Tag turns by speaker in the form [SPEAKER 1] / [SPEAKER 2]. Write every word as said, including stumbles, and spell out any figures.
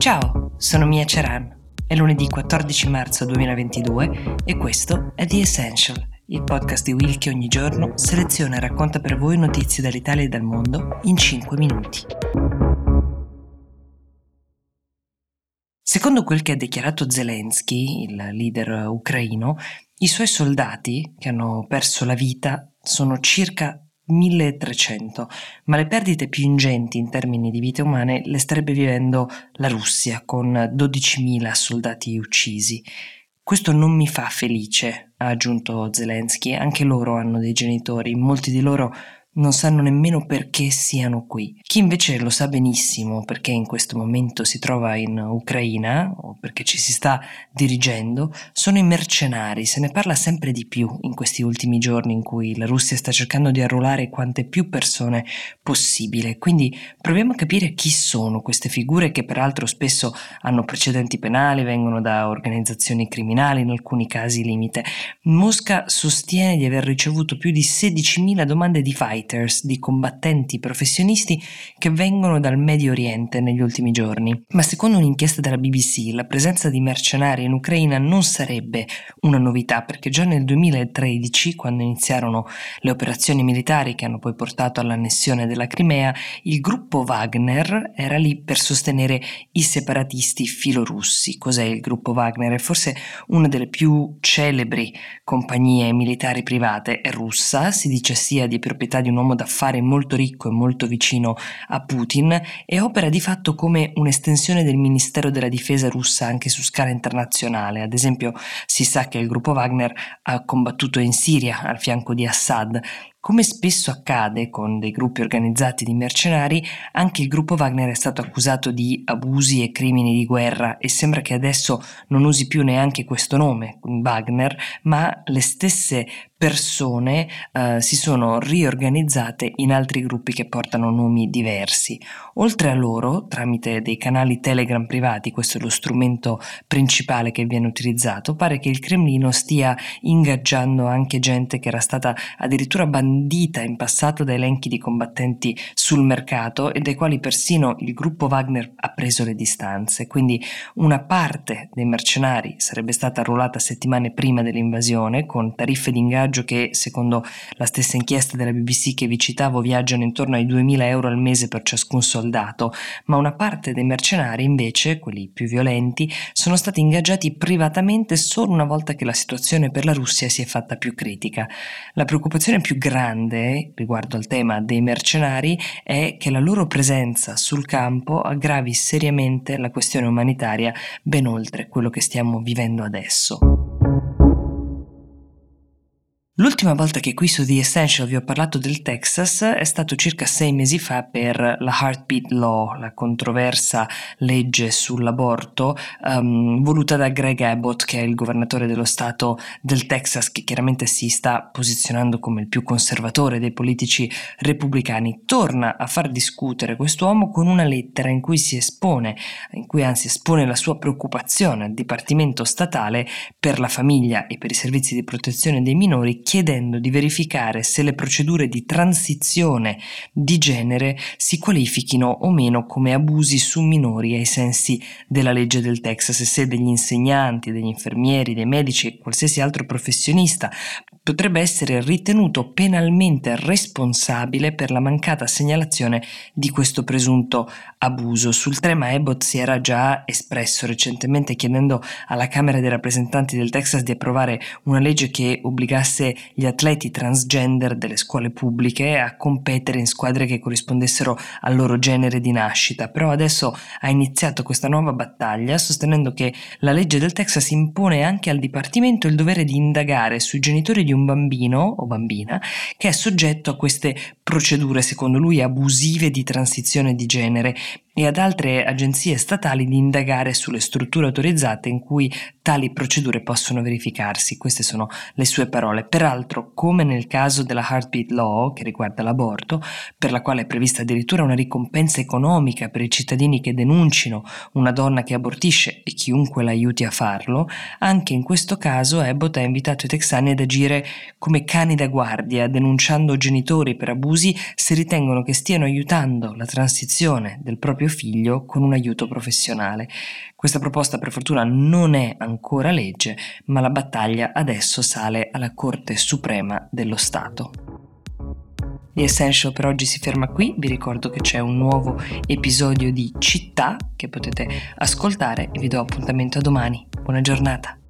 [SPEAKER 1] Ciao, sono Mia Ceran. È lunedì quattordici marzo duemilaventidue e questo è The Essential, il podcast di Will che ogni giorno seleziona e racconta per voi notizie dall'Italia e dal mondo in cinque minuti. Secondo quel che ha dichiarato Zelensky, il leader ucraino, i suoi soldati che hanno perso la vita sono circa milletrecento, ma le perdite più ingenti in termini di vite umane le starebbe vivendo la Russia, con dodicimila soldati uccisi. Questo non mi fa felice, ha aggiunto Zelensky, anche loro hanno dei genitori, molti di loro non sanno nemmeno perché siano qui. Chi invece lo sa benissimo perché in questo momento si trova in Ucraina o perché ci si sta dirigendo sono i mercenari. Se ne parla sempre di più in questi ultimi giorni in cui la Russia sta cercando di arruolare quante più persone possibile. Quindi proviamo a capire chi sono queste figure che peraltro spesso hanno precedenti penali, vengono da organizzazioni criminali, in alcuni casi limite. Mosca sostiene di aver ricevuto più di sedicimila domande di fight di combattenti professionisti che vengono dal Medio Oriente negli ultimi giorni. Ma secondo un'inchiesta della B B C, la presenza di mercenari in Ucraina non sarebbe una novità, perché già nel duemilatredici, quando iniziarono le operazioni militari che hanno poi portato all'annessione della Crimea, il gruppo Wagner era lì per sostenere i separatisti filorussi. Cos'è il gruppo Wagner? È forse una delle più celebri compagnie militari private, è russa, si dice sia di proprietà di un uomo d'affari molto ricco e molto vicino a Putin e opera di fatto come un'estensione del Ministero della Difesa russa anche su scala internazionale. Ad esempio si sa che il gruppo Wagner ha combattuto in Siria al fianco di Assad. Come spesso accade con dei gruppi organizzati di mercenari, anche il gruppo Wagner è stato accusato di abusi e crimini di guerra e sembra che adesso non usi più neanche questo nome, Wagner, ma le stesse persone eh, si sono riorganizzate in altri gruppi che portano nomi diversi. Oltre a loro, tramite dei canali Telegram privati, questo è lo strumento principale che viene utilizzato, pare che il Cremlino stia ingaggiando anche gente che era stata addirittura bandita in passato da elenchi di combattenti sul mercato e dai quali persino il gruppo Wagner ha preso le distanze. Quindi una parte dei mercenari sarebbe stata arruolata settimane prima dell'invasione con tariffe di ingaggio che, secondo la stessa inchiesta della B B C che vi citavo, viaggiano intorno ai duemila euro al mese per ciascun soldato, ma una parte dei mercenari invece, quelli più violenti, sono stati ingaggiati privatamente solo una volta che la situazione per la Russia si è fatta più critica. La preoccupazione più grande riguardo al tema dei mercenari è che la loro presenza sul campo aggravi seriamente la questione umanitaria ben oltre quello che stiamo vivendo adesso. L'ultima volta che qui su The Essential vi ho parlato del Texas è stato circa sei mesi fa per la Heartbeat Law, la controversa legge sull'aborto um, voluta da Greg Abbott, che è il governatore dello stato del Texas, che chiaramente si sta posizionando come il più conservatore dei politici repubblicani. Torna a far discutere quest'uomo con una lettera in cui si espone, in cui anzi espone la sua preoccupazione al Dipartimento statale per la famiglia e per i servizi di protezione dei minori, chiedendo di verificare se le procedure di transizione di genere si qualifichino o meno come abusi su minori ai sensi della legge del Texas e se degli insegnanti, degli infermieri, dei medici e qualsiasi altro professionista potrebbe essere ritenuto penalmente responsabile per la mancata segnalazione di questo presunto abuso. Sul tema Abbott si era già espresso recentemente chiedendo alla Camera dei rappresentanti del Texas di approvare una legge che obbligasse gli atleti transgender delle scuole pubbliche a competere in squadre che corrispondessero al loro genere di nascita, però adesso ha iniziato questa nuova battaglia sostenendo che la legge del Texas impone anche al Dipartimento il dovere di indagare sui genitori di un bambino o bambina che è soggetto a queste procedure, secondo lui abusive, di transizione di genere, e ad altre agenzie statali di indagare sulle strutture autorizzate in cui tali procedure possono verificarsi. Queste sono le sue parole. Peraltro, come nel caso della Heartbeat Law, che riguarda l'aborto, per la quale è prevista addirittura una ricompensa economica per i cittadini che denuncino una donna che abortisce e chiunque l'aiuti a farlo, anche in questo caso Abbott ha invitato i texani ad agire come cani da guardia, denunciando genitori per abusi se ritengono che stiano aiutando la transizione del proprio figlio con un aiuto professionale. Questa proposta per fortuna non è ancora legge, ma la battaglia adesso sale alla Corte Suprema dello Stato. The Essential per oggi si ferma qui, vi ricordo che c'è un nuovo episodio di Città che potete ascoltare e vi do appuntamento a domani. Buona giornata!